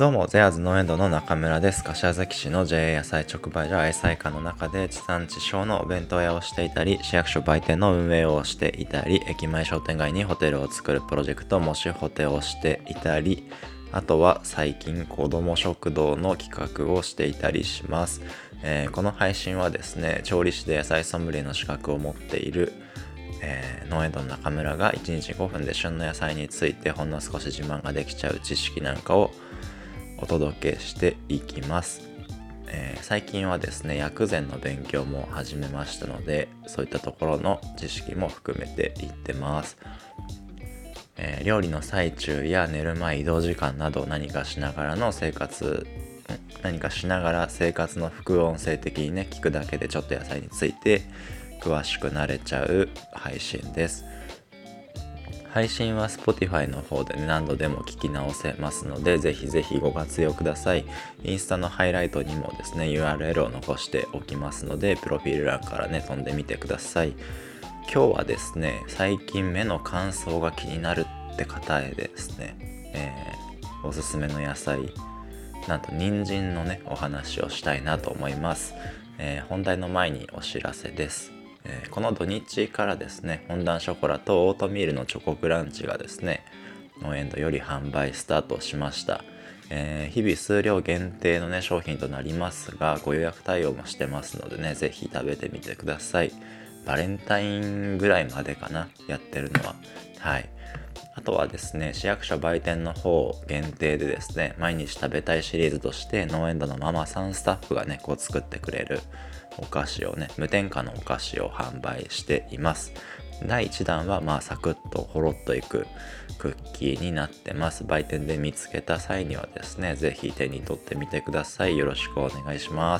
どうも、ゼアーズ農園ドの中村です。柏崎市の JA 野菜直売所愛妻館の中で地産地消のお弁当屋をしていたり、市役所売店の運営をしていたり、駅前商店街にホテルを作るプロジェクトもしホテをしていたり、あとは最近子ども食堂の企画をしていたりします。この配信はですね、調理師で野菜ソムリエの資格を持っている農園ドの中村が1日5分で旬の野菜についてほんの少し自慢ができちゃう知識なんかをお届けしていきます。最近はですね、薬膳の勉強も始めましたので、そういったところの知識も含めていってます。料理の最中や寝る前、移動時間など何かしながら生活の副音声的にね、聞くだけでちょっと野菜について詳しくなれちゃう配信です。配信は Spotify の方で、ね、何度でも聞き直せますので、ぜひぜひご活用ください。インスタのハイライトにもですね URL を残しておきますので、プロフィール欄からね飛んでみてください。今日はですね、最近目の乾燥が気になるって方へですね、おすすめの野菜、なんと人参のねお話をしたいなと思います。本題の前にお知らせです。この土日からですね、フォンダンショコラとオートミールのチョコクランチがですね、農園ドより販売スタートしました。日々数量限定のね商品となりますが、ご予約対応もしてますのでね、ぜひ食べてみてください。バレンタインぐらいまでかな、やってるのは。はい。あとはですね、市役所売店の方限定でですね、毎日食べたいシリーズとして農園ドのママさんスタッフがねこう作ってくれるお菓子をね、無添加のお菓子を販売しています。第1弾はサクッとほろっといくクッキーになってます。売店で見つけた際にはですね、ぜひ手に取ってみてください。よろしくお願いします。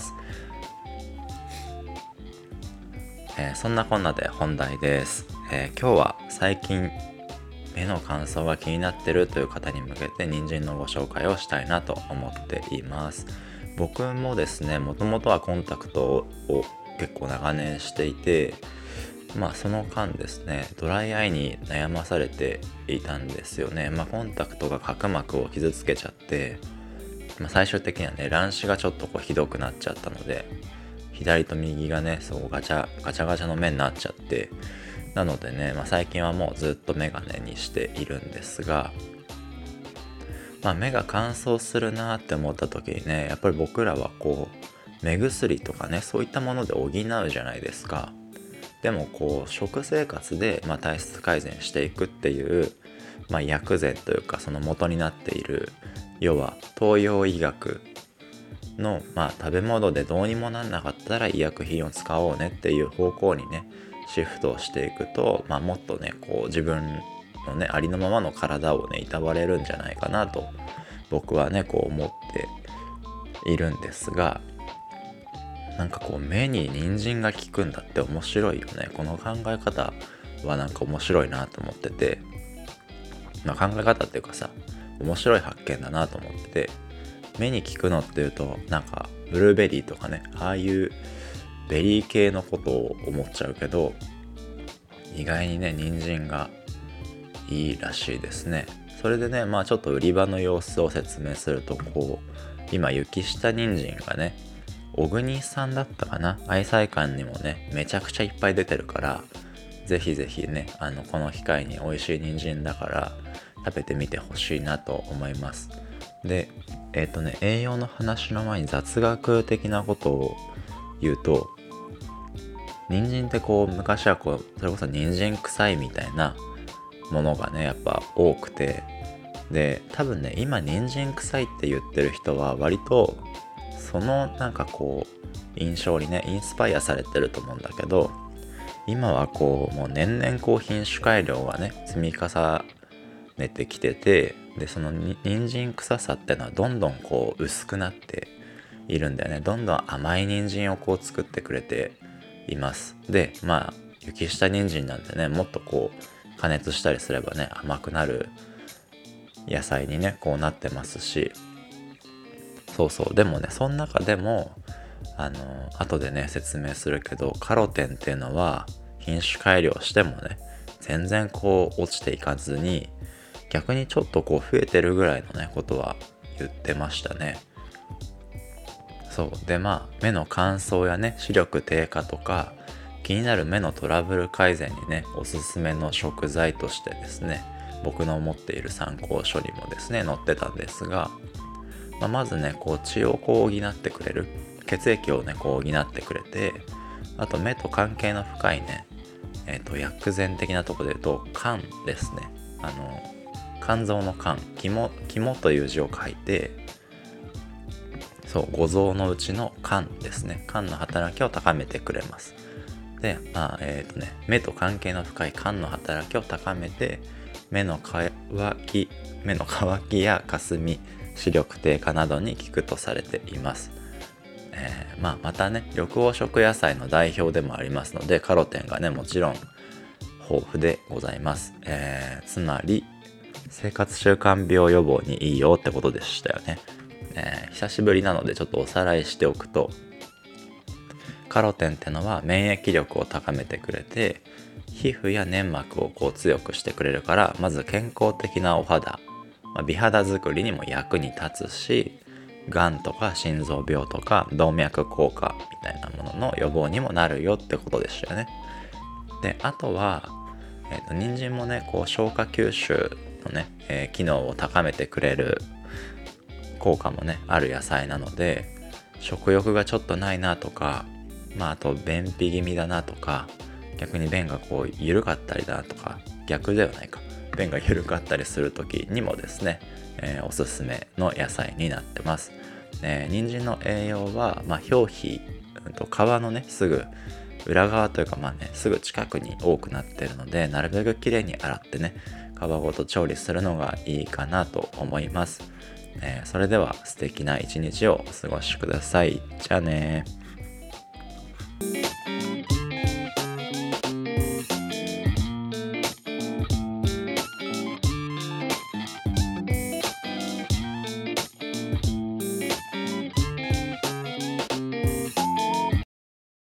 そんなこんなで本題です。今日は最近目の乾燥が気になってるという方に向けて人参のご紹介をしたいなと思っています。僕もですね、もともとはコンタクトを結構長年していて、その間ですね、ドライアイに悩まされていたんですよね。コンタクトが角膜を傷つけちゃって、最終的にはね乱視がちょっとひどくなっちゃったので、左と右がねガチャガチャの目になっちゃって、なのでね、最近はもうずっとメガネにしているんですが、目が乾燥するなって思った時にね、やっぱり僕らは目薬とかね、そういったもので補うじゃないですか。でも食生活で体質改善していくっていう、薬膳というかその元になっている、要は東洋医学の食べ物でどうにもなんなかったら医薬品を使おうねっていう方向にねシフトをしていくと、もっとね自分のねありのままの体をねいたわれるんじゃないかなと僕はね思っているんですが、なんか目に人参が効くんだって面白いよね。この考え方はなんか面白いなと思ってて、考え方っていうかさ、面白い発見だなと思ってて、目に効くのっていうとなんかブルーベリーとかね、ああいうベリー系のことを思っちゃうけど、意外にね人参がいいらしいですね。それでね、ちょっと売り場の様子を説明すると、今雪下人参がね、小国さんだったかな、愛妻館にもねめちゃくちゃいっぱい出てるから、ぜひぜひねこの機会に美味しい人参だから食べてみてほしいなと思います。で栄養の話の前に雑学的なことを言うと、人参って昔はそれこそ人参臭いみたいなものがねやっぱ多くて、で多分ね今人参臭いって言ってる人は割とその印象にねインスパイアされてると思うんだけど、今はもう年々品種改良がね積み重ねてきてて、でその人参臭さってのはどんどん薄くなっているんだよね。どんどん甘い人参を作ってくれています。で雪下人参なんてね、もっと加熱したりすればね甘くなる野菜にねなってますし、でもねその中でも後でね説明するけど、カロテンっていうのは品種改良してもね全然落ちていかずに、逆にちょっと増えてるぐらいのねことは言ってましたね。そうで、目の乾燥やね、視力低下とか気になる目のトラブル改善にね、おすすめの食材としてですね、僕の持っている参考書にもですね載ってたんですが、まずね、血を補ってくれる、血液をね補ってくれて、あと目と関係の深いね、薬膳的なところで言うと肝ですね。肝臓の肝、肝という字を書いて、そう五臓のうちの肝ですね。肝の働きを高めてくれます。で、目と関係の深い肝の働きを高めて、目の乾きやかすみ、視力低下などに効くとされています。またね、緑黄色野菜の代表でもありますので、カロテンがねもちろん豊富でございます。つまり生活習慣病予防にいいよってことでしたよね。久しぶりなのでちょっとおさらいしておくと、カロテンってのは免疫力を高めてくれて、皮膚や粘膜を強くしてくれるから、まず健康的なお肌、美肌作りにも役に立つし、がんとか心臓病とか動脈硬化みたいなものの予防にもなるよってことでしたよね。で、あとは、人参もね消化吸収のね、機能を高めてくれる効果もねある野菜なので、食欲がちょっとないなとか、あと便秘気味だなとか、逆に便が緩かったりだなとか、逆ではないか、便が緩かったりする時にもですね、おすすめの野菜になってます。人参の栄養は、表皮、皮のねすぐ裏側というかすぐ近くに多くなっているので、なるべくきれいに洗ってね、皮ごと調理するのがいいかなと思います。それでは素敵な一日をお過ごしください。じゃあね。